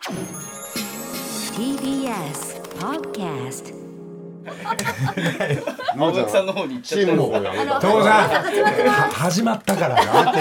TBS Podcast。 青木さんの方に行っちゃった。 父さん始まったから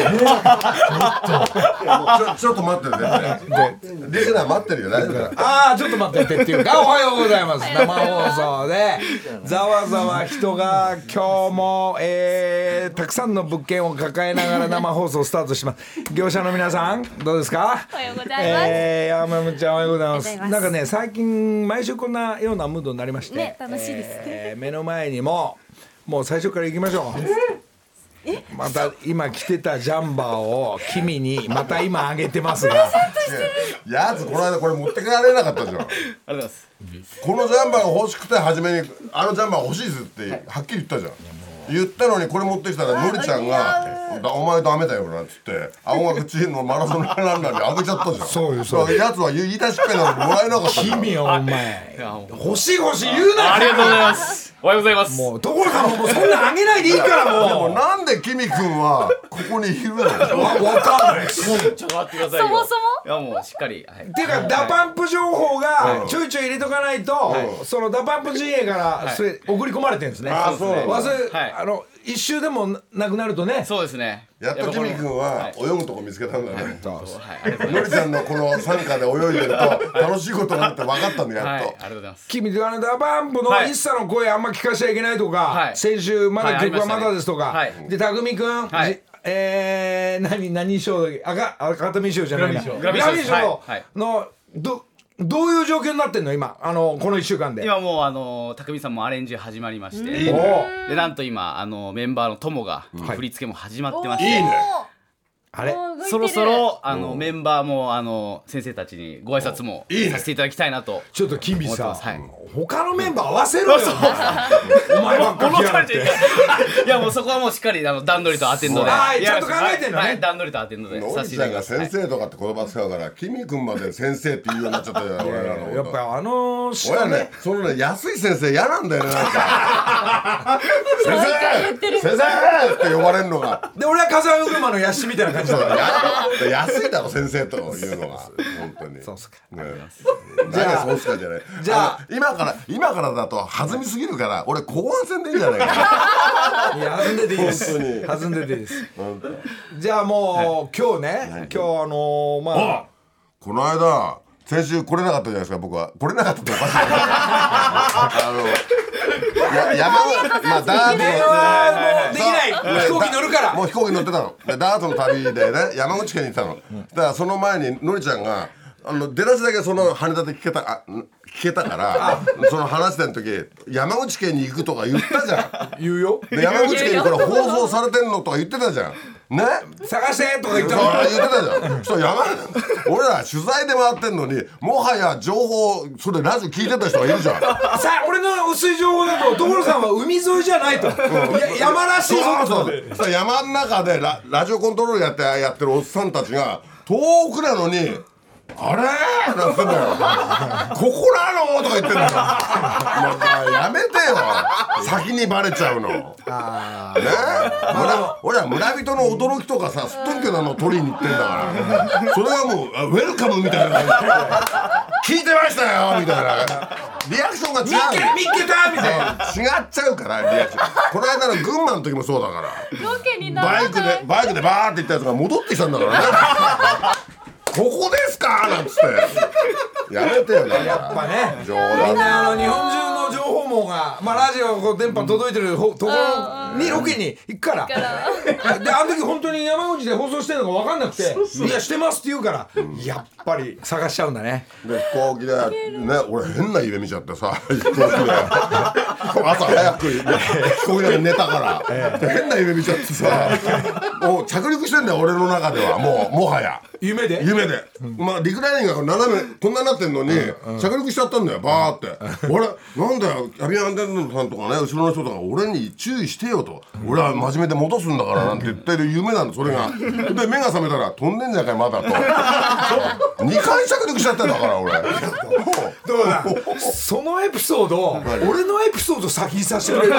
ちょっと待ってリスナー待ってるよ、大丈夫だ。 ちょっと待ってっていうか、おはようございます。生放送でざわざわ人が今日も、たくさんの物件を抱えながら生放送スタートします。業者の皆さんどうですか？ おはようございます。 山本ちゃんおはようございます。 おはようございます。 なんかね、最近毎週こんなようなムードになりまして、 ね、楽しいですね。 目の前にもう最初から行きましょう。また今着てたジャンバーを君にまた今あげてますがやつこの間これ持って帰られなかったじゃん。 ありがとうございます。 このジャンバーが欲しくて初めにあのジャンバー欲しいですってはっきり言ったじゃん。言ったのにこれ持ってきたらのりちゃんがお前ダメだよなっつって青学チームのマラソンランナーにあげちゃったじゃん。 そうよやつは言い出しっぺなのにもらえなかったんだ。 君お前欲しい言うな。 ありがとうございます。おはようございます。 もう所さんもそんなあげないでいいからもうなんでキミ君はここにいるの？ わかんないです。 ちょっと待ってくださいよ。 そもそいやもうしっかり。はい、 ていうかダパンプ情報がちょいちょい入れとかないと、そのダパンプ陣営からそれ送り込まれてるんですね。 そうなんだ。 はい一周でもなくなるとね。 そうですね。 やっとキミ君は泳ぐとこ見つけたんだね。 はい、ありがとうございます。 のりちゃんのこの傘下で泳いでると楽しいことがあって分かったんだはい、あやっと。 りがとうございます。 君ダパンプの一茶の声あんま聞かしちゃいけないとか、 はい先週まだ曲はまはいだですとか、 はいで匠くん、 はい何賞だっけ、赤頭賞じゃないな、 グラミー賞ですはいのどういう状況になってんの今この1週間で。 今もう匠さんもアレンジ始まりまして、 いいね。 でなんと今メンバーの友が振り付けも始まってまして、 いいね。 あれそろそろメンバーも先生たちにご挨拶もさせていただきたいなと。 ちょっと君さ、 思ってますはい他のメンバー合わせろよお前ばっかりやがって。 いやもうそこはもうしっかり段取りとアテンドで、 はいちゃんと考えてんのねはい、段取りとアテンドでのさせていただりちゃんがきます。 先生とかって言葉使うからキミ君まで先生って言うようになっちゃったよ俺らの。 やっぱ下俺はねねそのね安い先生嫌なんだよねなんか先生って呼ばれるのがで俺は風間車のヤシみたいな感じだから安いだろ先生というのが本当に。 そうっすか。 ねじゃあそうっすかじゃない。 じゃあ今からだと弾みすぎるから俺後半戦でいいんじゃないかな。 いや弾んでていいです本当に弾んでていいですじゃあもう今日ね今日この間先週来れなかったじゃないですか。僕は来れなかったっておかしい山まあダーツの電話もできない飛行機乗るからもう飛行機乗ってたのでダーツの旅でね山口県に行ってたの、だからその前にのりちゃんが出だしだけその羽田で聞けたからその話してる時山口県に行くとか言ったじゃん。 言うよで山口県にこれ放送されてんのとか言ってたじゃんね。 探してとか言ったそうの言ってたじゃん。そしたら俺ら取材で回ってんのにもはや情報それラジオ聞いてた人がいるじゃん。 さあ俺の薄い情報だと所さんは海沿いじゃないと山らしいぞと。 そしたら山の中でラジオコントロールやってるおっさんたちが遠くなのにあれーなんてんだよここなのとか言ってんだよもうやめてよ先にバレちゃうのね。俺は村人の驚きとかさすっとんきょなの取りに行ってんだからそれはもうウェルカムみたいな感じ聞いてましたよみたいなリアクションが違う見っけたみたいな違っちゃうからリアクション。この間の群馬の時もそうだからロケにならない。 バイクでバーって行ったやつが戻ってきたんだからねここですかなんつってやめてよだからやっぱね冗談みんな日本中の情報網がラジオ電波届いてるところにロケに行くからであの時本当に山口で放送してるのが分かんなくていやしてますって言うからやっぱり探しちゃうんだね。 で飛行機でね俺変な夢見ちゃってさ飛行機で朝早く飛行機で寝たからで変な夢見ちゃってさもう着陸してんだよ俺の中ではもはや夢でまあリクライニングが斜めこんなになってんのに着陸しちゃったんだよバーって俺なんだよキャビンアテンダントさんとかね後ろの人とか俺に注意してよと、俺は真面目で戻すんだからなんて言ってる夢なんだそれが。で目が覚めたら飛んでんじゃんかいまだと2回着陸しちゃったんだから俺。 どうだそのエピソード俺のエピソード先にさせてくれる。 いや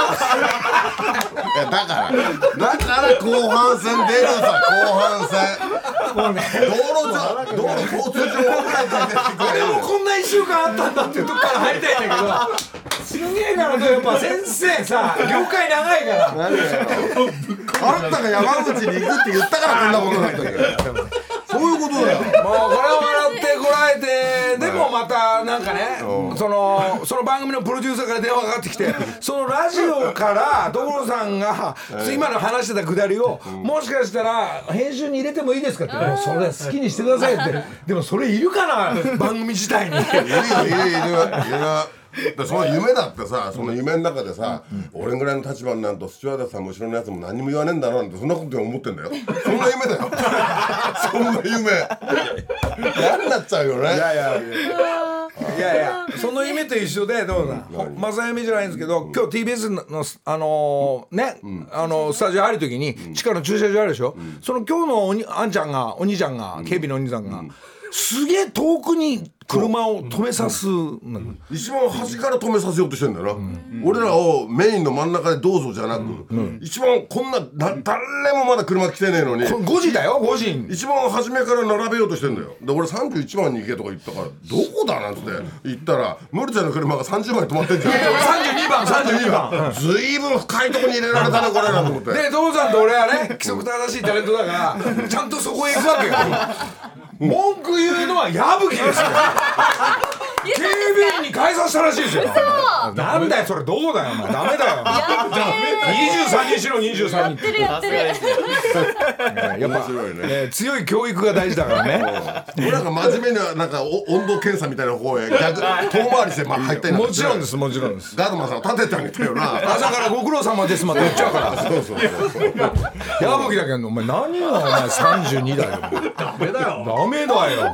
だから後半戦出るさ後半戦もうね道路交通情報ぐらい書いてきてくれる。 俺もこんな1週間あったんだっていうとこから入りたいんだけどすげえからねやっぱ先生さ業界長いからあんたが山口に行くって言ったからこんなことになったけどそういうことだよ。 もうこれを笑ってこられてでもまたなんかねその番組のプロデューサーから電話がかかってきてそのラジオから所さんが今の話してたくだりをもしかしたら編集に入れてもいいですかってもうそれ好きにしてくださいってでもそれいるかな番組自体にいるその夢だってさその夢の中でさ、俺ぐらいの立場になるとスチュワーデスさんも後ろのやつも何も言わねえんだろうなんてそんなこと思ってんだよ。そんな夢だよそんな夢嫌になっちゃうよね。 いやその夢と一緒でどうだまさ夢じゃないんですけど今日 TBS のスタジオ入る時に地下の駐車場あるでしょ、その今日のお兄ちゃんが警備のお兄さんがすげえ遠くに車を止めさす一番端から止めさせようとしてんだよな、俺らをメインの真ん中でどうぞじゃなく、一番こんな誰もまだ車来てねえのに 5時だよ5時に一番初めから並べようとしてんだよ。で俺31番に行けとか言ったからどこだなんつって行ったらのりちゃんの車が30番に止まってんじゃん。 32番ずいぶん深いとこに入れられたねこれなと思ってで父さんと俺はね規則正しいタレントだからちゃんとそこへ行くわけよ文句言うのは矢吹ですよ警備員に改ざしたらしいですよ。なんだよそれどうだよお前ダメだよ23にしろ23にやってるやっぱ、強い教育が大事だからね俺らが真面目になんか温度検査みたいな方へ逆遠回りして入ったりなんかもちろんですガードマンさんを立ててあげたよな朝からご苦労様ですまで言っちゃうからそう矢吹だけどお前何がお前32だよダメだよ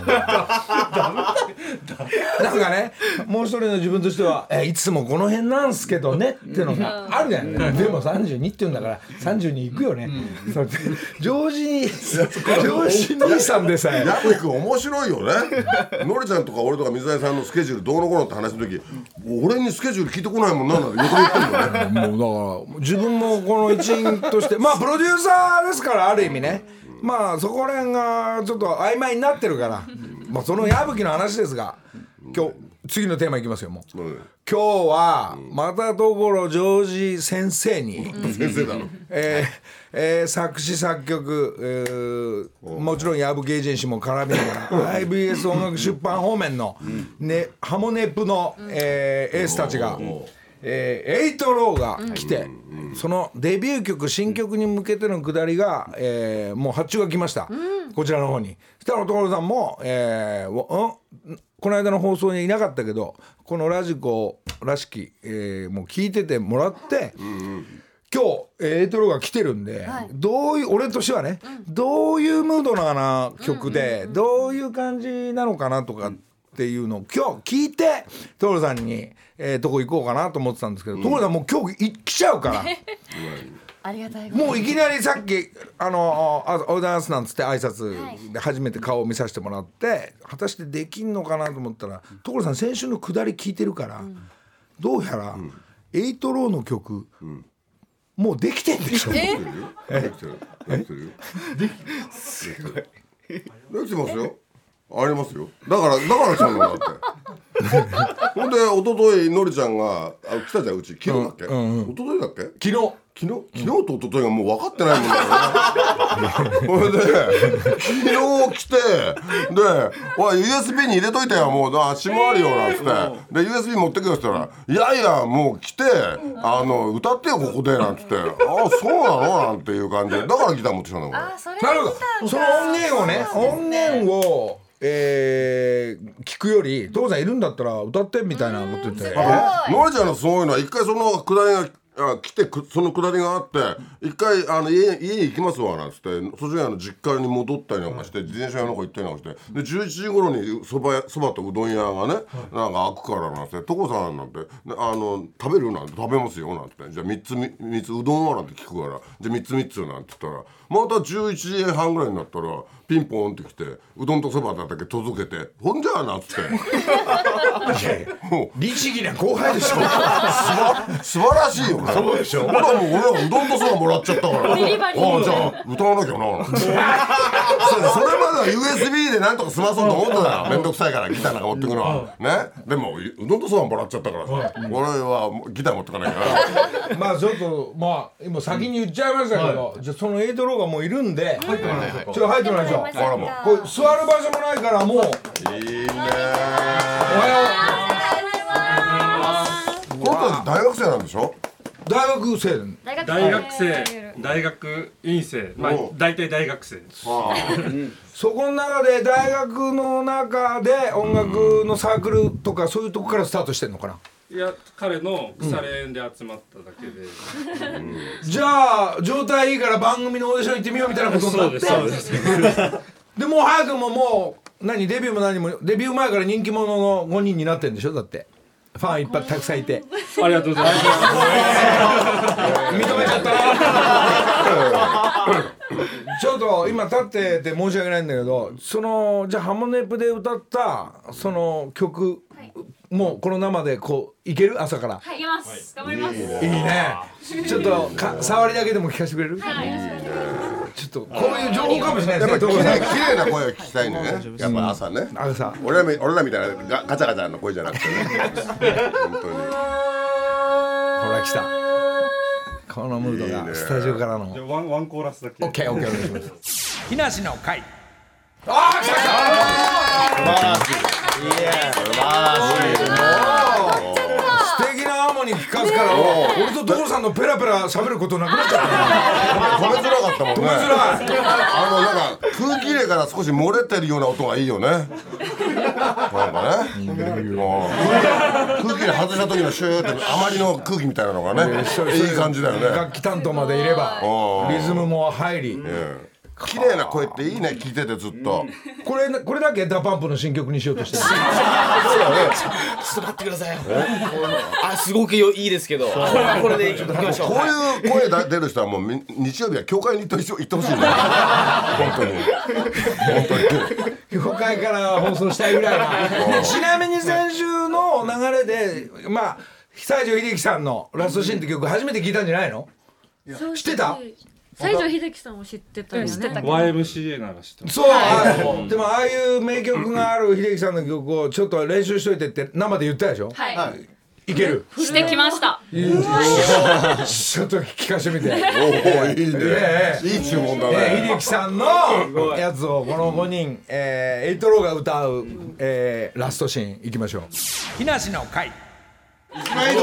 なんかねもう一人の自分としてはいつもこの辺なんすけどねってのがあるじゃない、でも32って言うんだから32行くよね、ジョージ兄さんでさえ矢吹君面白いよねのりちゃんとか俺とか水谷さんのスケジュールどうのこうのって話の時俺にスケジュール聞いてこないもんなんだ横で言ってんだねもうだから自分もこの一員としてまあプロデューサーですからある意味ねまあそこら辺がちょっと曖昧になってるからまあその矢吹の話ですが今日次のテーマいきますよもう、今日はまた所ジョージ先生に先生だろ作詞作曲、もちろん矢吹エージェンシーも絡みながらIBS 音楽出版方面の、ハモネプの、エースたちがエイトローが来て、そのデビュー曲新曲に向けてのくだりが、もう発注が来ました、こちらの方に。そしたら所さんも、この間の放送にいなかったけどこのラジコらしき、もう聞いててもらって、今日エイトローが来てるんで、どういう俺としてはね、どういうムードな曲で、どういう感じなのかなとかっていうのを今日聞いて所さんに、とこ行こうかなと思ってたんですけど、所さんもう今日来ちゃうからありがたいもういきなりさっきおはようございますなんつって挨拶で初めて顔を見させてもらって、果たしてできんのかなと思ったら所さん先週の下り聞いてるから、どうやら、エイトローの曲、もうできてんでしょ。 できてるすごいできてますよありますよだから来たのだってほんで一昨日のりちゃんが来たじゃんうち昨日だっけ、一昨日だっけ昨日と一昨日がもう分かってないもんだよねそれで昨日来てでUSB に入れといたよもう足もあるよなんつってで USB 持ってくよって言ったらいやもう来て歌ってよここでなんつってそうなのなんていう感じでだからギター持ってきたんだもんあそれなるほどその音源を聞くより所さんいるんだったら歌ってみたいなこと言ってのりちゃんのすごいのは一回そのくだりが来てそのくだりがあって一回家に行きますわなんつってそっちの実家に戻ったりなんかして自転車屋なんか行ったりなんかしてで11時頃にそばとうどん屋がねなんか開くからなんて所さんなんて食べるなんて食べますよなんてじゃあ3つうどんはなんて聞くからじゃあ3つなんて言ったらまた11時半ぐらいになったらピンポンって来てうどんとそばだけ届けてほんじゃあなっつって律儀な後輩でしょ素晴らしいよねそうでしょ俺はうどんとそばもらっちゃったからじゃあ歌わなきゃなそれまでは USB でなんとか済まそうと思ってたらめんどくさいからギターなんか持ってくのはねでもうどんとそばもらっちゃったからさ俺はギター持ってかないからまあちょっとまあ今先に言っちゃいましたけどじゃあそのエイトローがもういるんでちょっと入ってもらいましょうこれ座る場所もないからもういいねおはよこの子大学生なんでしょ大学生大学院生まあ大体大学生ですそこの中で大学の中で音楽のサークルとかそういうとこからスタートしてんのかないや彼の腐れ縁で集まっただけで、 じゃあ状態いいから番組のオーディション行ってみようみたいなことになってそうですでもう早くももうデビューも何もデビュー前から人気者の5人になってんでしょだってファンいっぱいたくさんいてありがとうございます認めちゃったちょっと今立ってて申し訳ないんだけどじゃあハモネプで歌ったその曲もうこの生でこういける朝からはい、いけます。頑張ります。 いいねちょっと触りだけでも聞かせてくれるちょっとこういう情報かもしれないですね綺麗な声を聞きたいねやっぱ朝ね俺らみたいなガチャガチャの声じゃなくてね本当にほら来たこのムードがスタジオからのワンコーラスだけ OK お願いします木梨の会来た来た素敵なハーモニー聞かすから俺と所さんのペラペラ喋ることなくなっちゃった止めづらかったもんね止めづらいなんか空気入れから少し漏れてるような音がいいよねなんかね空気入れ外した時のシューって余りの空気みたいなのがねいい感じだよね楽器担当までいればリズムも入り綺麗な声っていいね聞いててずっとこれだけダパンプの新曲にしようとしてるちょっと待ってくださいすごくいいですけどこれでいきましょうこういう声出る人はもう日曜日は教会に行ってほしいね本当に教会から放送したいぐらいなちなみに先週の流れでまあ西城秀樹さんのラストシーンって曲初めて聞いたんじゃないの知ってた西城秀樹さんを知ってたよね。 YMCA なら知ってますそうでもああいう名曲がある秀樹さんの曲をちょっと練習しといてって生で言ったでしょはいいけるしてきました。 ちょっと聞かせてみておおいいねいい注文だね秀樹さんのやつをこの5人エイトローが歌うラストシーンいきましょう木梨の会ダパン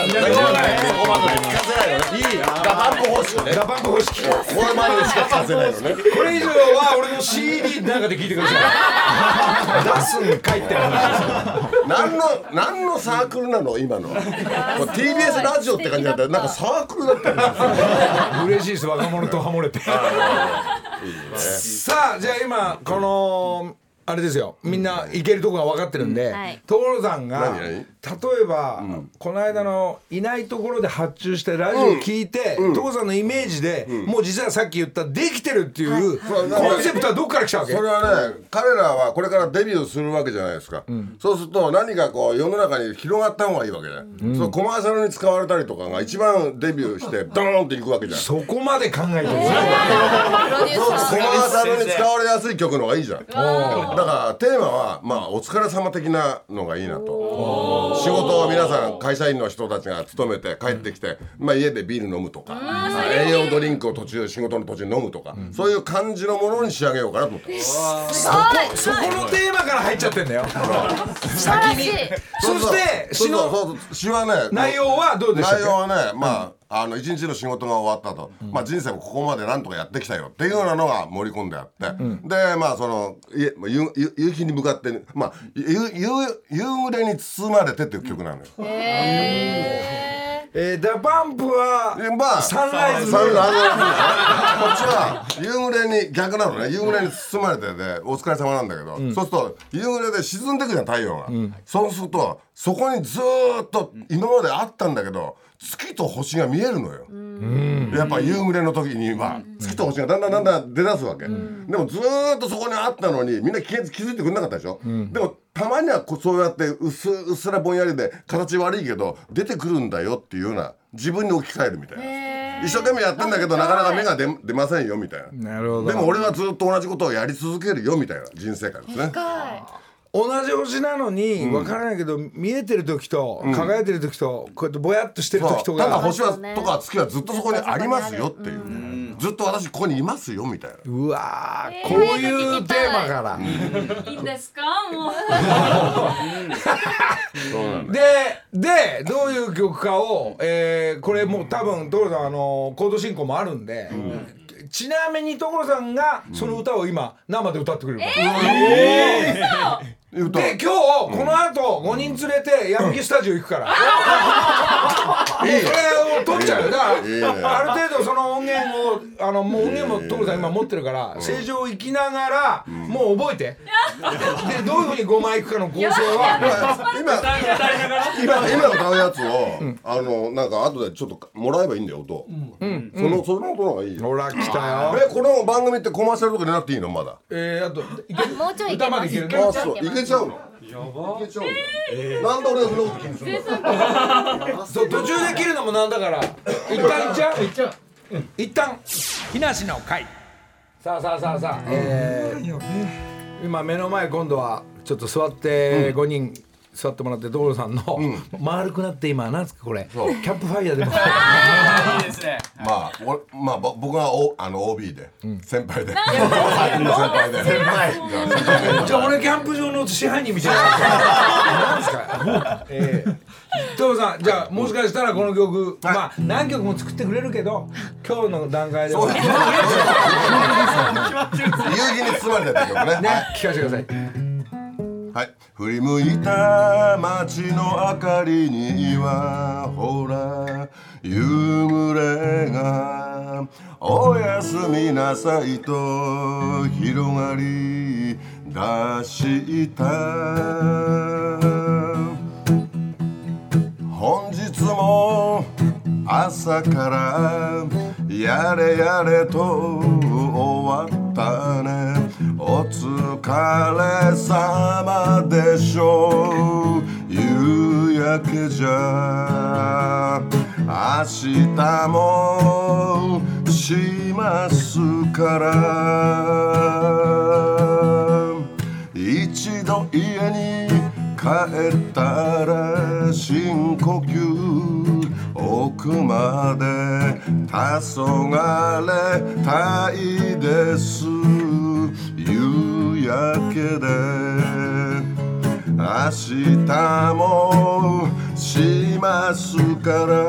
プ方式ねダパンプ方式これまでしか聞かせないのねこれ以上は俺の CD の中で聞いてください出すんかいって何のサークルなの今のTBS ラジオって感じだったらなんかサークルだったん嬉しいです若者とハモれてさあじゃあ今このあれですよみんな行けるとこが分かってるんで所さんが例えばこの間のいないところで発注してラジオを聞いて所さんのイメージでもう実はさっき言ったできてるっていうコンセプトはどっから来たわけそれはね彼らはこれからデビューするわけじゃないですかそうすると何かこう世の中に広がった方がいいわけじゃないそうコマーシャルに使われたりとかが一番デビューしてドーンっていくわけじゃないそこまで考えてるんですねコマーシャルに使われやすい曲の方がいいじゃんだからテーマはまあお疲れ様的なのがいいなと仕事を皆さん会社員の人たちが勤めて帰ってきてまあ家でビール飲むとか栄養ドリンクを仕事の途中に飲むとかそういう感じのものに仕上げようかなと思ってそこのテーマから入っちゃってんだよ先にそして詩はね内容はどうでしたっけ内容はねまあ一日の仕事が終わったと、まあ人生もここまでなんとかやってきたよっていうようなのが盛り込んであって、でまあその夕日に向かってまあ夕暮れに包まれてっていう曲なのよ。 ダパンプはまあサンライズこっちは夕暮れに逆なのね。夕暮れに包まれててお疲れ様なんだけど、そうすると夕暮れで沈んでくじゃん太陽が、そうするとそこにずーっと今まであったんだけど月と星が見えるのよ。やっぱ夕暮れの時には月と星がだんだん出だすわけ、でもずーっとそこにあったのにみんな気づいてくれなかったでしょ、でもたまにはそうやってうっすらぼんやりで形悪いけど出てくるんだよっていうような自分に置き換えるみたいな、一生懸命やってんだけどなかなか芽が出ませんよみたいな。 なるほど。 でも俺はずっと同じことをやり続けるよみたいな人生観ですね。 同じ星なのに分からないけど、見えてる時と輝いてる時とこうやってぼやっとしてる時とか、 ただ星はとか月はずっとそこにありますよっていう、ずっと私ここにいますよみたいな。 うわー、こういうテーマから、 いいんですかもう。 でどういう曲かを、これもう多分所さんコード進行もあるんで、ちなみに所さんがその歌を今生で歌ってくれるから、で今日この後5人連れてヤンキースタジオ行くから、それを撮っちゃうよ。だからある程度その音源をもう音源も所さん今持ってるから正常行きながらもう覚えて、でどういうふうに5枚いくかの構成は今歌うやつをなんか後でちょっともらえばいいんだよ音、その音の方がいいよ。 ほら来たよ。 この番組ってコマーシャルとか出なくていいのまだ？ あともうちょい歌までいけるね。 あ、そういけちゃうの？いけちゃうんだ。なんで俺がそんなこと気にするの？ そう途中で切るのもなんだから一旦いっちゃう。一旦木梨の会。さあ、今目の前今度はちょっと座って5人座ってもらって所さんの丸くなって今なんですかこれキャンプファイヤーでもいいですね。 僕がOB で先輩で先輩でじゃあ俺キャンプ場の支配人みたいな。なんですか所さん、じゃあもしかしたらこの曲まあ何曲も作ってくれるけど今日の段階では夕日に包まれてた曲ね。 聞かせてください。 はい、振り向いた街の明かりにはほら夕暮れがおやすみなさいと広がり出した本日も朝からやれやれと終わったねお疲れ様でしょう夕焼けじゃ明日もしますから一度家に帰ったら深呼吸奥まで黄昏たいです夕焼けで明日もしますから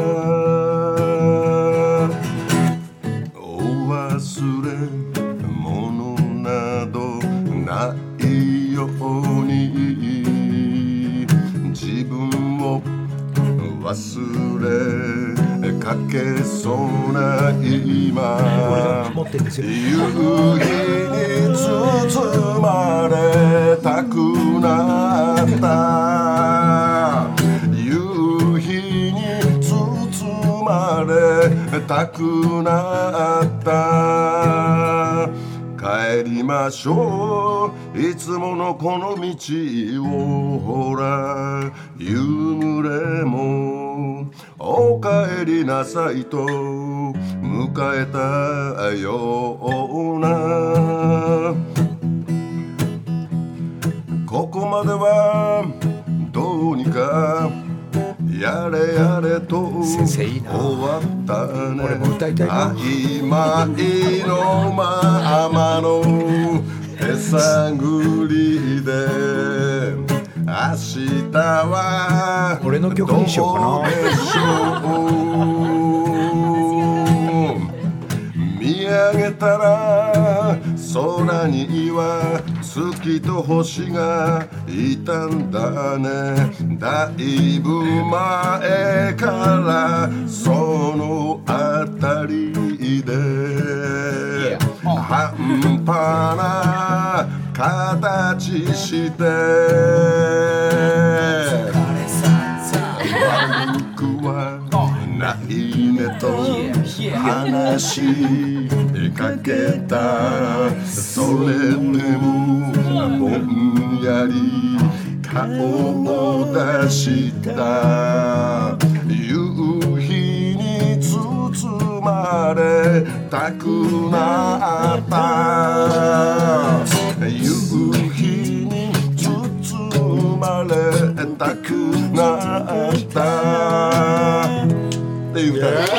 お忘れ物などないように自分を忘れかけそうな今夕日に包まれたくなった夕日に包まれたくなった帰りましょういつものこの道をほら夕暮れもお帰りなさいと迎えたようなここまではどうにかやれやれと終わったね俺も歌いたいな曖昧のままの手探りで明日は俺の曲にしようかなどうでしょう見上げたら空には月と星がいたんだね。だいぶ前からそのあたりで半端な形して悪くはないねと話しかけた。それでもぼんやり顔を出した。夕日に包まれたくなった。夕日に包まれたくなったっていう歌です。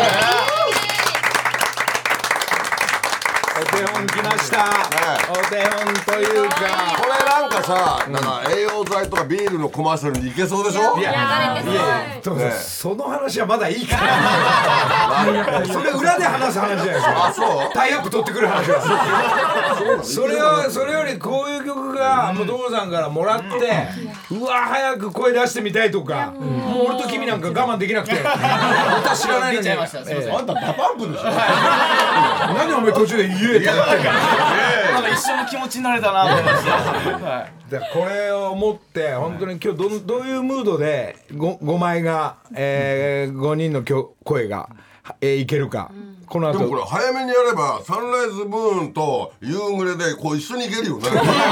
お手本来ました、お手本というかこれなんかさ、なんか栄養剤とかビールのコマーシャルにいけそうでしょ。 いやその話はまだいいからそれ裏で話す話じゃないですか。 あ、そう。 タイアップ取ってくる話はそれよりこういう曲がもう所さんからもらってうわ早く声出してみたいとか、もう俺と君なんか我慢できなくて歌知らないのに出ちゃいました。すいません。 あんたダパンプでしょ。 何でお前途中で言えって言ってんの。 なんか一緒の気持ちになれたなと思いました。はい。 でこれを持って本当に今日どういうムードで 5枚が、5人の声が、いけるか、この後でもこれ早めにやればサンライズムーンと夕暮れでこう一緒にいけるよね。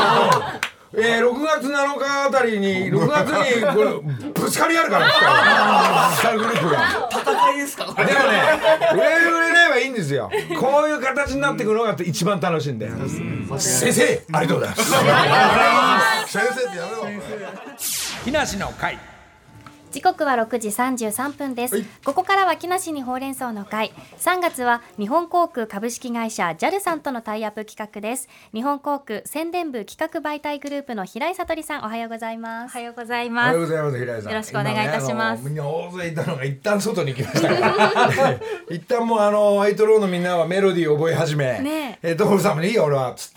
6月7日あたりに6月にこれぶつかり合うからスターグループが戦いですかこれ。 でもね売れればいいんですよ。こういう形になってくるのが一番楽しいんだよ。先生ありがとうございます先生ってやめろ。 木梨の会。 時刻は6時33分です。ここからは木梨にほうれん草の会。3月は日本航空株式会社 JAL さんとのタイアップ企画です。日本航空宣伝部企画媒体グループの平井悟さん、おはようございます。 おはようございおはます。 ようございます。平井さんよろしくお願いいたします。 みんな大勢いたのが一旦外に行きましたから一旦もうアイトローのみんなはメロディーを覚え始め、 ね所さんもいいよ俺はっつって、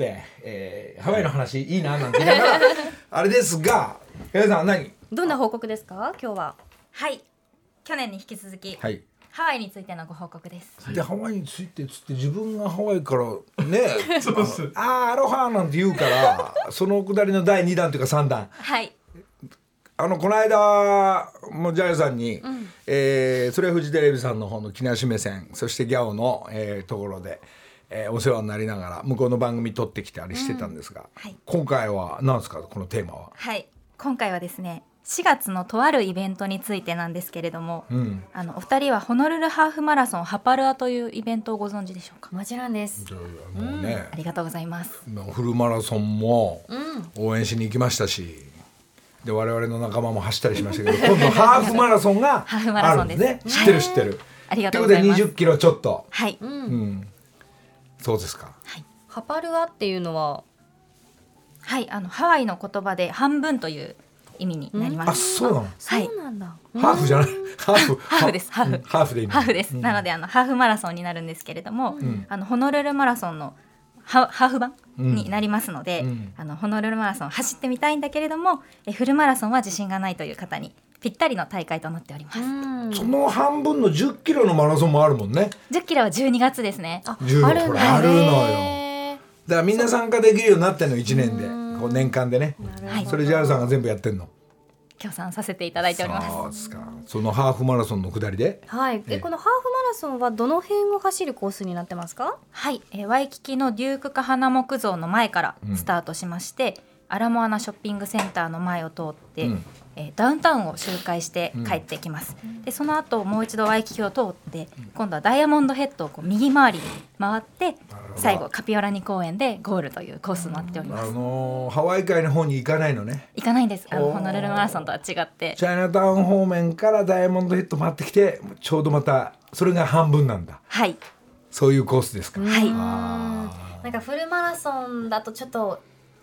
ハワイの話いいななんて言いながらあれですが、平井さん何どんな報告ですか今日は。 はい。去年に引き続き、 はいハワイについてのご報告です。 でハワイについてつって自分がハワイからねアロハなんて言うからそのくだりの第2弾というか3弾はい。 この間もジャイさんに、それはフジテレビさんの方の木梨目線そしてギャオの、ところで、お世話になりながら向こうの番組撮ってきてあれしてたんですが、 はい、 今回は何ですかこのテーマは。 はい。今回はですね、4月のとあるイベントについてなんですけれども、お二人はホノルルハーフマラソンハパルアというイベントをご存知でしょうか。 もちろんです。 もうね、 ありがとうございます。 フルマラソンも応援しに行きましたし、で我々の仲間も走ったりしましたけど今度ハーフマラソンがハーフマラソンですね。知ってる知ってる。 ありがとうございます。 ということで20キロちょっと。 はい。 そうですか。 ハパルアっていうのは、 はい、ハワイの言葉で半分という意味になります。 あ、そうなの。 はいそうなんだ。 ハーフじゃない。ハーフです。ハーフ。 ハーフでいいの。 ハーフです。なのでハーフマラソンになるんですけれども、ホノルルマラソンのハーフ版になりますので、ホノルルマラソン走ってみたいんだけれども、フルマラソンは自信がないという方にぴったりの大会となっております。 その半分の10キロのマラソンもあるもんね。 10キロは12月ですね。 10 あるんだね。 あるのよ。だからみんな参加できるようになってんの1年で、こう年間でね。それ JAL さんが全部やってんの。 協賛させていただいております。 そうですか。そのハーフマラソンの下りで。 はい。このハーフマラソンはどの辺を走るコースになってますか？ はい、ワイキキのデュークカ花木像の前からスタートしまして、アラモアナショッピングセンターの前を通って、ダウンタウンを周回して帰ってきます。でその後もう一度ワイキキを通って今度はダイヤモンドヘッドをこう右回りに回って最後カピオラニ公園でゴールというコースになっております。 ハワイ海の方に行かないのね。 行かないんです。ホノルルマラソンとは違ってチャイナタウン方面からダイヤモンドヘッド回ってきてちょうどまたそれが半分なんだ。 はい、 そういうコースですか。 はい。 なんかフルマラソンだとちょっと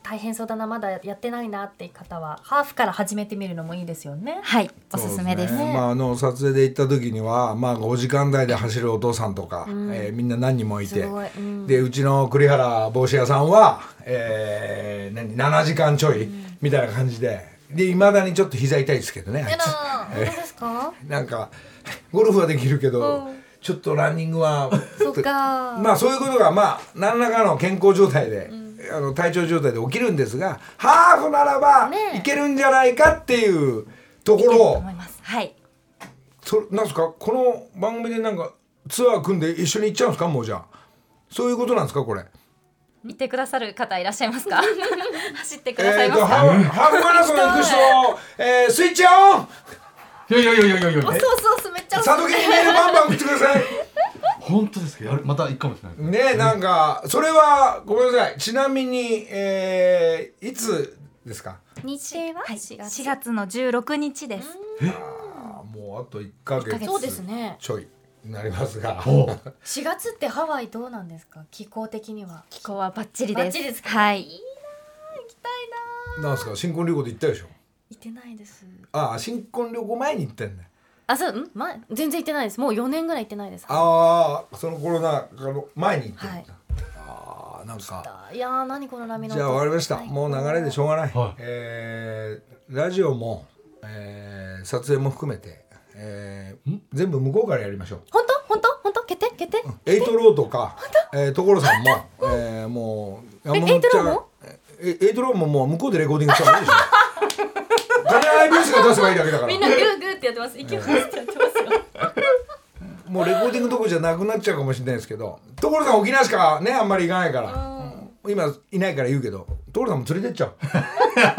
大変そうだな、まだやってないなっていう方はハーフから始めてみるのもいいですよね。 はい、おすすめです。 撮影で行った時には、5時間台で走るお父さんとか、みんな何人もいて、でうちの栗原帽子屋さんは、7時間ちょい、みたいな感じでいまだにちょっと膝痛いですけどね、あいつ。 そうですか？ なんかゴルフはできるけど、ちょっとランニングはそっか。 そういうことが何らかの健康状態で、体調状態で起きるんですが、ハーフならばいけるんじゃないかっていうところを、 思います。はい。 なんですか、この番組でなんかツアー組んで一緒に行っちゃうんですか？もうじゃあそういうことなんですか？これ行ってくださる方いらっしゃいますか？走ってくださいますか？ ハーフマラソン行く人、スイッチオン。 いやそうめっちゃ佐渡金にメールバンバン送ってください。 本当ですか？また行くかもしれないね。なんかそれはごめんなさい。ちなみに、いつですか？ 日程は 4月の16日です。 もうあと1ヶ月そうですねちょいになりますが、 4月ってハワイどうなんですか？気候的には。 気候はバッチリです。 バッチリですか？ はい。 いいな、行きたいな。 なんですか？新婚旅行で行ったでしょ？ 行ってないです。 新婚旅行前に行ったんだよ。 全然行ってないです。もう4年ぐらい行ってないです。 そのコロナ前に行ってるんだ。なんかいやー、何この波の音。 じゃあ終わりました。もう流れでしょうがない。 はラジオも、撮影も含めて、全部向こうからやりましょう。 本当決定。 エイトローとか、所さんも、もう山本ちゃん、エイトローももう向こうでレコーディングした方がいいでしょ。金合いブースが出せばいいだけだから。 みんなグーグーってやってます。息を吸ってやってますよ。 もうレコーディングどころじゃなくなっちゃうかもしれないですけど、所さん沖縄しかねあんまり行かないから、今いないから言うけど、所さんも連れてっちゃう。 うわ、行きたい。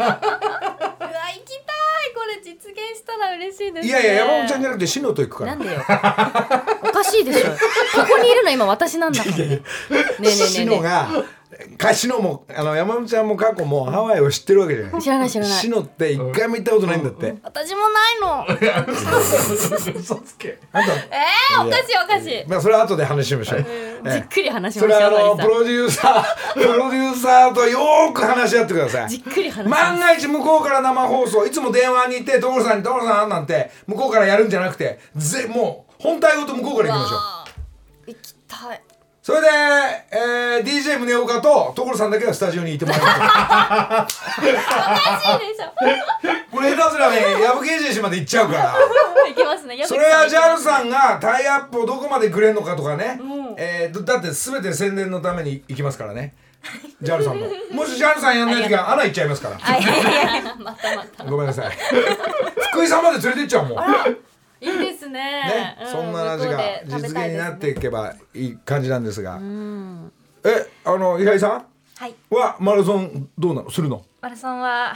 これ実現したら嬉しいですね。 いや山本ちゃんじゃなくて篠と行くから。 なんでよ。おかしいでしょ。ここにいるの今私なんだもん。ねえ篠が篠も山本ちゃんも過去もハワイを知ってるわけじゃない。 知らない。 篠って一回も行ったことないんだって。 私もないの。 嘘つけ。 あんたおかしい。 それは後で話しましょう。 じっくり話しそれましょう。 はプロデューサーとよーく話し合ってください。 じっくり話します。 万が一向こうから生放送いつも電話に行って所さんなんて向こうからやるんじゃなくて、もう本体ごと向こうから行きましょう。 行きたい。 それで、DJ 宗岡と所さんだけはスタジオにいてもらいます。 おかしいでしょ。 これ下手すらね矢吹エージェンシーまで行っちゃうから行きますね。 それは JAL さんがタイアップをどこまでくれるのかとかね、だって全て宣伝のために行きますからね。 JAL さんもし JAL さんやんない時は穴行っちゃいますから。 またごめんなさい。福井さんまで連れてっちゃうもん。 いいですね。 そんな話が実現になっていけばいい感じなんですが、平井さんはマラソンどうなのするの？ マラソンは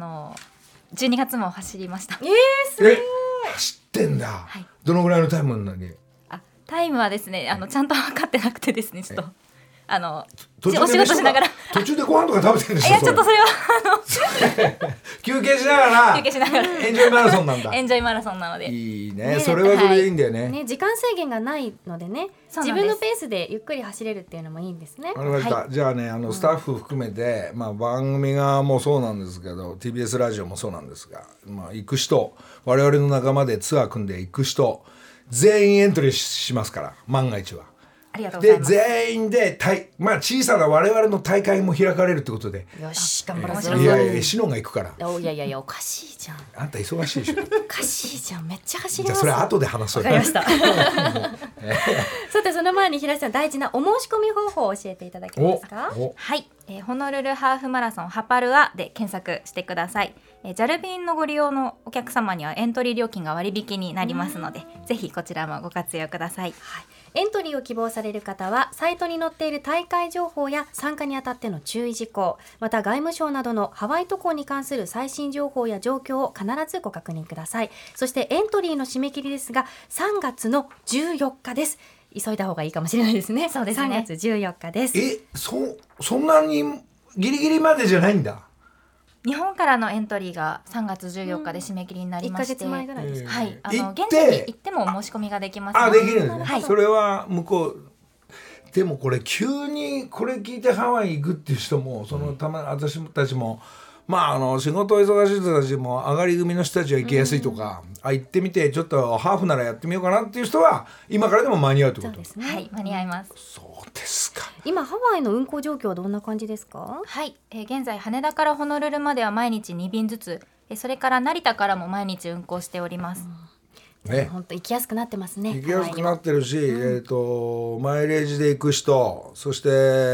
12月も走りました。 すごい。 走ってんだ。どのぐらいのタイムなのに？ タイムはですねちゃんと分かってなくてですね、ちょっと途中お仕事しながら途中でご飯とか食べてるんでしょ？ いやちょっとそれは休憩しながらエンジョイマラソンなんだ。 エンジョイマラソンなのでいいね。それはそれでいいんだよね。 時間制限がないのでね、自分のペースでゆっくり走れるっていうのもいいんですね。 わかりました。じゃあねスタッフ含めて番組側もそうなんですけど TBS ラジオもそうなんですが、行く人、我々の仲間でツアー組んで行く人全員エントリーしますから、万が一は。 ありがとうございでます。 全員で小さな我々の大会も開かれるってことで。 よし、頑張りましょう。 いやシノが行くから。 いやおかしいじゃん。 あんた忙しいでしょ。 おかしいじゃん。めっちゃ走ります。 じゃあそれ後で話そうよ。 わかりました。さてその前に平井さん、大事なお申し込み方法を教えていただけますか？ はい、ホノルルハーフマラソンハパルアで検索してください。JAL便のご利用のお客様にはエントリー料金が割引になりますので、ぜひこちらもご活用ください。 エントリーを希望される方はサイトに載っている大会情報や参加にあたっての注意事項、また外務省などのハワイ渡航に関する最新情報や状況を必ずご確認ください。そしてエントリーの締め切りですが3月の14日です。急いだ方がいいかもしれないですね。 そうですね。 3月14日です。 そんなにギリギリまでじゃないんだ。 日本からのエントリーが3月14日で締め切りになりまして、 1ヶ月前ぐらいですか？ はい、現地に行ってもお申し込みができますので。できるんですね。 はい、 それは向こうでもこれ急にこれ聞いてハワイ行くっていう人も私たちも仕事忙しい人たちも上がり組の人たちは行きやすいとか、行ってみてちょっとハーフならやってみようかなっていう人は今からでも間に合うってこと。 そうですね。 はい、間に合います。 そうですか。 今ハワイの運行状況はどんな感じですか？ はい、現在羽田からホノルルまでは毎日2便ずつ、それから成田からも毎日運行しております。 ね、 本当行きやすくなってますね。 行きやすくなってるし、マイレージで行く人、そして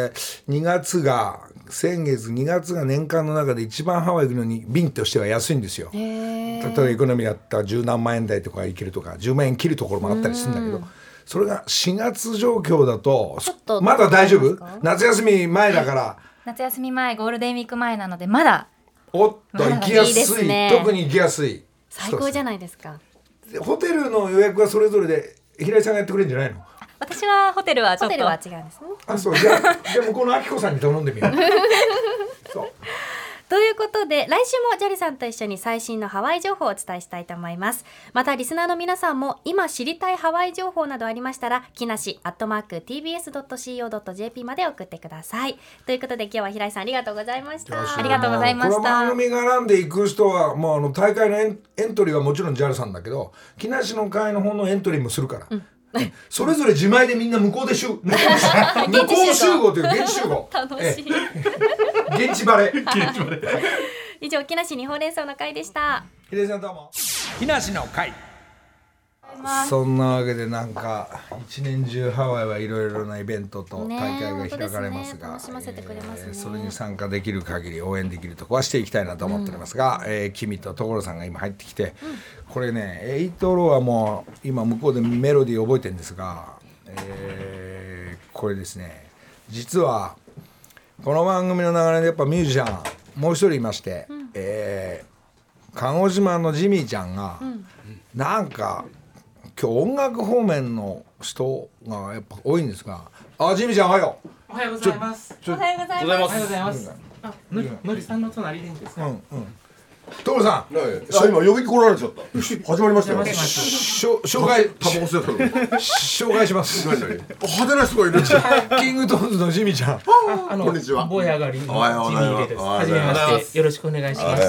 先月2月が年間の中で一番ハワイ行くのに便としては安いんですよ。例えばエコノミーだったら10何万円台とか行けるとか10万円切るところもあったりするんだけど、それが4月状況だとまだ大丈夫？夏休み前だから夏休み前、ゴールデンウィーク前なのでまだ行きやすい、 いいですね。 特に行きやすい。 最高じゃないですか。 ホテルの予約はそれぞれで平井さんがやってくれるんじゃないの？ 私はホテルはちょっとホテルは違うんですね。 そうじゃあ向こうのあきこさんに頼んでみよう。そうということで来週もジャルさんと一緒に最新のハワイ情報をお伝えしたいと思います。またリスナーの皆さんも今知りたいハワイ情報などありましたら木梨@tbs.co.jp まで送ってください。ということで今日は平井さんありがとうございました。 ありがとうございました。 この番組が選んでいく人はもう大会のエントリーはもちろん JAL さんだけど木梨の会の方のエントリーもするから、それぞれ自前でみんな向こう集合という現地集合楽しい。 現地バレ以上木梨にほうれん草の会でした。 秀井さんどうも。木梨の会。そんなわけで一年中ハワイはいろいろなイベントと大会が開かれますが、 楽しませてくれますね。 それに参加できる限り応援できるとこはしていきたいなと思っておりますが、君と所さんが今入ってきて、これねエイトローはもう今向こうでメロディー覚えてるんですが、これですね実はこの番組の流れでやっぱミュージシャンもう一人いまして、鹿児島のジミーちゃんが、今日音楽方面の人がやっぱ多いんですが、ジミーちゃんおはよう。 おはようございます。 おはようございます。 おはようございます。のりさんの隣でいいんですか？ 所さん、 今呼び来られちゃった。始まりましたよ。 紹介タバコ吸ってたの。 紹介します。 派手な人がいる。 キングトーンズのジミーちゃん。 こんにちは。 坊や上がりのジミーです。はじめまして。よろしくお願いします。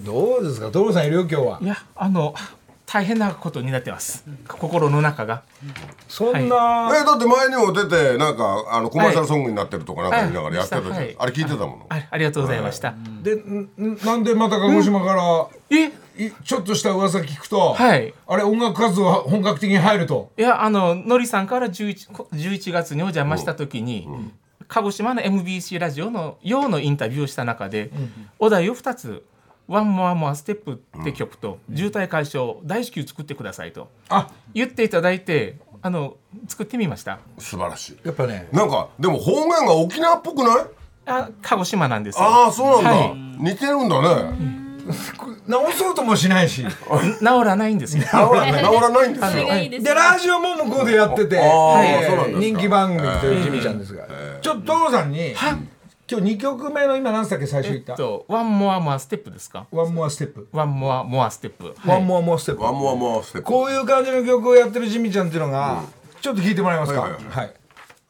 どうですか、所さんいるよ今日は。 いや大変なことになってます。心の中が。 そんな。 だって前にも出てコマーシャルソングになってるとか言いながらやってたじゃん。あれ聞いてたもの。 ありがとうございました。 でなんでまた鹿児島からちょっとした噂聞くと、あれ音楽活動は本格的に入ると。 いやのりさんから11月にお邪魔した時に、鹿児島の MBC ラジオの陽のインタビューをした中で、お題を2つ。ワンモアモアステップって曲と、渋滞解消大至急作ってくださいと言っていただいて作ってみました。 素晴らしい。 やっぱねでも方言が沖縄っぽくない？ 鹿児島なんですよ。 そうなんだ、似てるんだね。 直そうともしないし治らないんですよ。 治らないんですよ。 でラジオも向こうでやってて人気番組というジミーちゃんですが、ちょっと所さんに今日2曲目の今何だっけ最初言った、 ワンモアモアステップですか？ ワンモアステップ。 ワンモアモアステップ。 ワンモアモアステップ。 ワンモアモアステップ。 こういう感じの曲をやってるジミーちゃんっていうのが、ちょっと聞いてもらえますか？はい。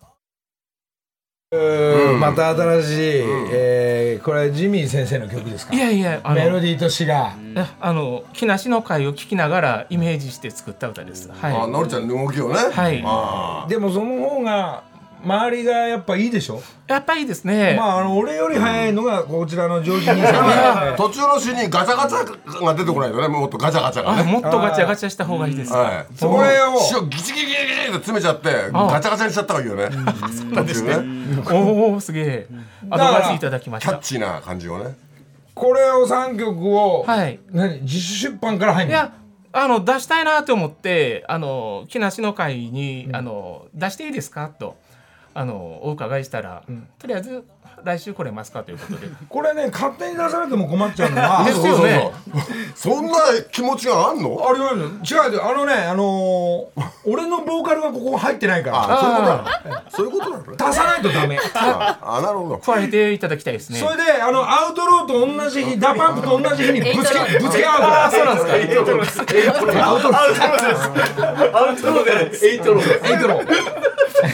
また新しい、これジミー先生の曲ですか？ いやいやメロディーと詩が木梨の会を聞きながらイメージして作った歌です。 のりちゃんの動きをね。 でもその方が周りがやっぱいいでしょ。 やっぱいいですね。 俺より早いのがこちらのジョージ兄さん。 途中の詩にガチャガチャが出てこないとね、もっとガチャガチャがね。 もっとガチャガチャした方がいいです。 それを詩をギチギチギチって詰めちゃってガチャガチャにしちゃった方がいいよね。 そうですね。おおすげえ。アドバイスいただきました。 キャッチーな感じをね。 これを3曲を自主出版から入るの？ いや出したいなと思って木梨の会に出していいですかと。お伺いしたら、とりあえず来週来れますかということで。 これね勝手に出されても困っちゃうのはですよね。 そんな気持ちがあんの？ あるよ。違う俺のボーカルがここ入ってないから。 そういうことなの？ 足さないとダメ。 なるほど。 加えていただきたいですね。 それでアウトローと同じ日、ダパンプと同じ日にぶつけ合うから。 そうなんですか。 アウトローでエイトロー。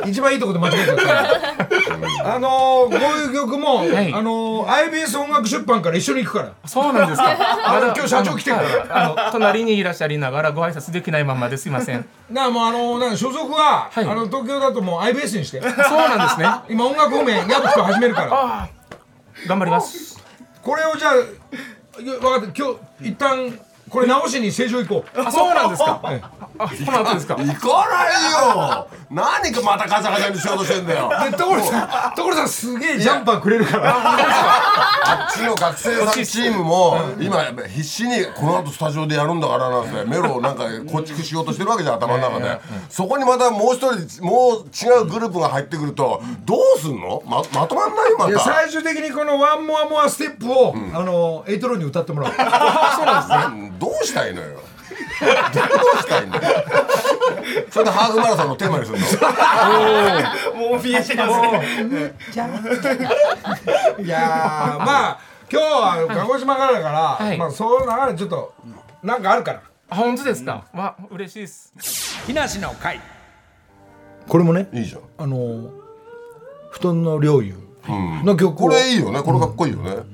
一番いいところで間違えちゃったこういう曲も、IBS 音楽出版から一緒に行くからそうなんですか。 今日社長来てるから隣にいらっしゃりながらご挨拶できないままですいません。 もうなんか所属は、 はい東京だともう IBS にしてそうなんですね。 今音楽方面やる人始めるから頑張ります。 これをじゃあ分かった今日一旦これ直しに成城行こうそうなんですか。この後ですか。 行かないよ。何かまたガチャガチャにしようとしてんだよ。 で所さんすげえジャンパーくれるからあっちの学生さんチームも今必死にこの後スタジオでやるんだからなんてメロをなんか構築しようとしてるわけじゃん頭の中で。そこにまたもう一人もう違うグループが入ってくるとどうすんの？まとまんないよまた。 最終的にこのワンモアモアステップをエイトローに歌ってもらうそうなんですね。どうしたいのよ。どうしたいんだよ。それでハーフマラソンのテーマにするの。 もう見えてますね。 いやまあ今日は鹿児島からだから、 はいまあそういう流れちょっとなんかあるから本当ですか。わ嬉しいです。 木梨の会これもねいいじゃん。 布団の陵侑の曲をこれいいよね。これかっこいいよね。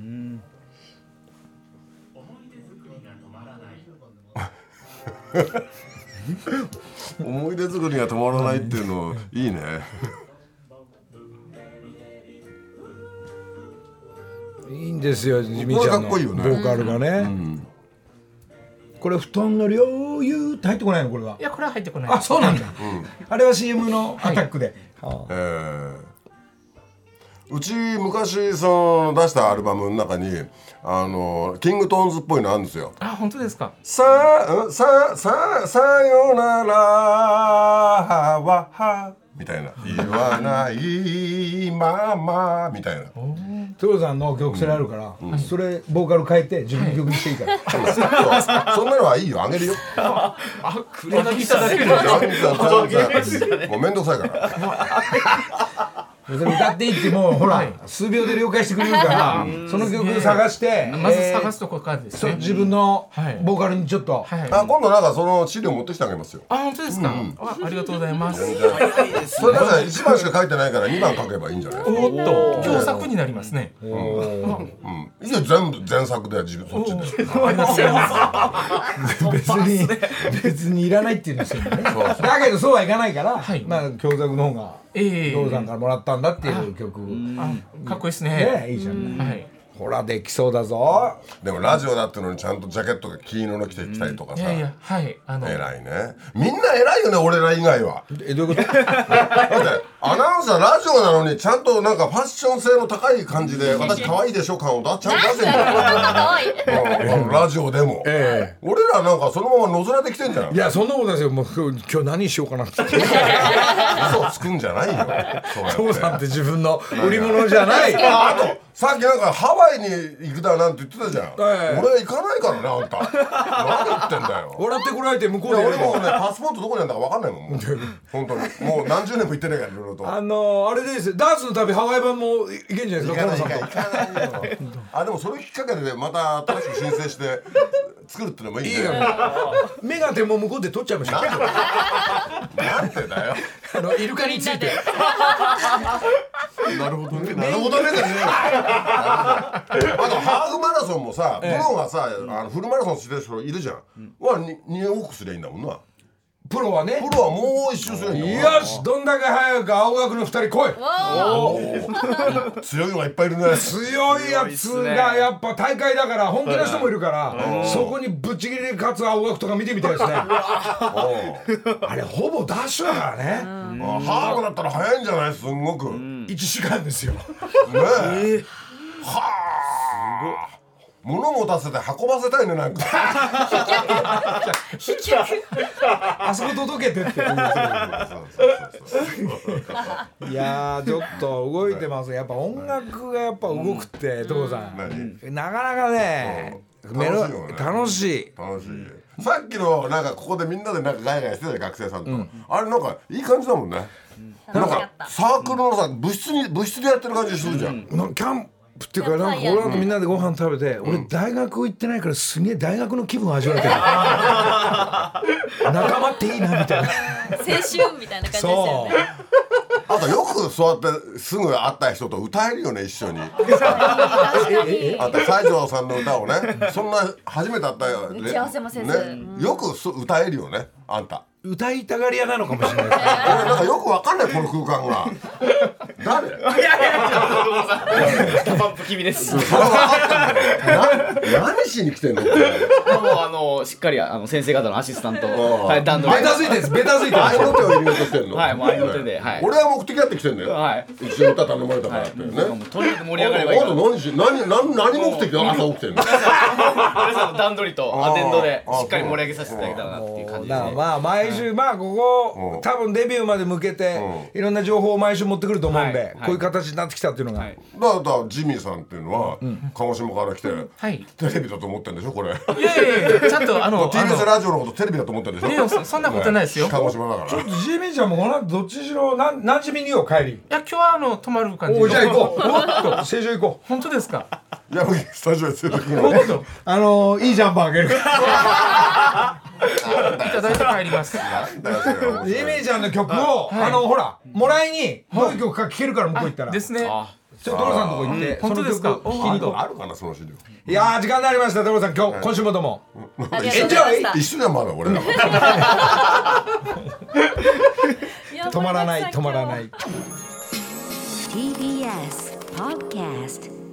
思い出作りが止まらないっていうのいいね。 いいんですよみこれーちゃんのボかっこいいよねーカルがね、これ布団の陵侑って入ってこないのこれは。 いやこれは入ってこない。 あそうなんだ、あれは CM のアタックで、 うち昔その出したアルバムの中にキングトーンズっぽいのあるんですよ。 本当ですか。 さよならはみたいな言わないままみたいな。 所さんの曲それあるから、それボーカル変えて自分の曲にしていいから、 そんなのはいいよあげるよ。 くれだけいただける。 もうめんどくさいから。 それ歌っていいってもうほら、数秒で了解してくれるから、その曲探してまず探すとこからですね。 自分のボーカルにちょっと、 今度なんかその資料持ってきてあげますよ。 本当ですか。ありがとうございます。 それだから1番しか書いてないから2番書けばいいんじゃない。 おっと共作になりますね。 いや全部前作で自分そっちで。 ありがとうございます。 別にいらないって言うんですよね。だけどそうはいかないから、まあ共作の方が所さんからもらったんだっていう曲、 かっこいいですね。 ねいいじゃん。 はい。 ほらできそうだぞ。 でもラジオだってのにちゃんとジャケットが黄色の着てきたりとかさ。 いやはい偉いね。みんな偉いよね俺ら以外は。 どういうこと？ だってアナウンサーラジオなのにちゃんとなんかファッション性の高い感じで私可愛いでしょ感をちゃんと出せんだよ。ラジオでも。俺らなんかそのまま野面で来てんじゃん。 いやそんなことですよ。もう今日何しようかなって。 嘘つくんじゃないよ。 所さんって自分の売り物じゃない。 あとさっきなんかハワイに行くだなんて言ってたじゃん。俺行かないからねあんた。何言ってんだよ。 笑ってこられて向こうで。 俺もねパスポートどこにあるんだか分かんないもん。本当にもう何十年も行ってないからいろいろと。 あれですよダンスの旅ハワイ版もいけんじゃないですか。 行かないよ。でもそれきっかけでまた新しく申請して作るってのもいいね。 メガテンも向こうで取っちゃいました。 なんてだよ。 イルカについて。 なるほどね。なるほどね。あとハーフマラソンもさ、プロがさフルマラソンしてる人いるじゃん。は2往復すりゃいいんだもんな。 プロはね。 プロはもう一周すりゃいいんだもん。 よしどんだけ早く青学の2人来い。 強いのがいっぱいいるね。 強いやつがやっぱ大会だから本気の人もいるからそこにぶっちぎりで勝つ青学とか見てみたいですね。あれほぼダッシュだからね。 ハーフだったら早いんじゃないすんごく。 1時間ですよ。ねえ。はあ。物持たせて運ばせたいねなんか。 あそこ届けてって。いやちょっと動いてます。やっぱ音楽がやっぱ動くって所さんなかなかね楽しい。 さっきのなんかここでみんなでなんかガヤガヤしてたよ学生さんと。あれなんかいい感じだもんね。なんかサークルのさ部室でやってる感じするじゃん。 キャンプっていうかなんかこの後みんなでご飯食べて俺大学行ってないからすげえ大学の気分を味わえてる。仲間っていいなみたいな。 青春みたいな感じですよね。 あとよくそうやってすぐ会った人と歌えるよね、一緒に。 確かにあと西条さんの歌をね、そんな初めて会ったよ打ち合わせもせず、 ね、よく歌えるよね、あんた。 歌いたがり屋なのかもしれないですね。 俺なんかよくわかんない、この空間が。誰？ ダパンプ君ですそれ分かってんだよ。何しに来てんの？ もうしっかり先生方のアシスタント、はい、段取りベタついてるんです、ベタついてるんです。 愛の手を入れようとしてんの？ はい、もう愛の手で、はい。 俺は目的あって来てんだよ。 はい一緒に歌頼まれたからってね。 もうとにかく盛り上がればいいから。 何目的で朝起きてんの？ 皆さんの段取りとアテンドでしっかり盛り上げさせていただけたらなっていう感じですね。 まあ毎週まあここ多分デビューまで向けていろんな情報を毎週持ってくると思うんで、こういう形になってきたっていうのが、 はい、 だからジミーさんっていうのは鹿児島から来てはいテレビだと思ってんでしょ、これ。 いやいやちゃんと TBS ラジオのことテレビだと思ってるでしょ。 いやそんなことないですよ。 鹿児島だから。 ちょっとジミーちゃんもこの後どっちにしろ何時見によ帰り。 いや今日は泊まる感じ。 おじゃあ行こう。成城行こう。 本当ですか。 いやスタジオに連れてくるの。 本当。 いいジャンパーあげるから。 いただいて帰ります。 ジミーちゃんの曲をほらもらいにどういう曲か聴けるから向こう行ったら。 ですね。 ちょっと所さんのとこ行って本当ですか。 その曲聴きに行こう。 あるかなその資料。 いやー時間になりました所さん、今週もどうも。 ありがとうございました。 一緒だまだ俺ら。 止まらない止まらない。 TBS Podcast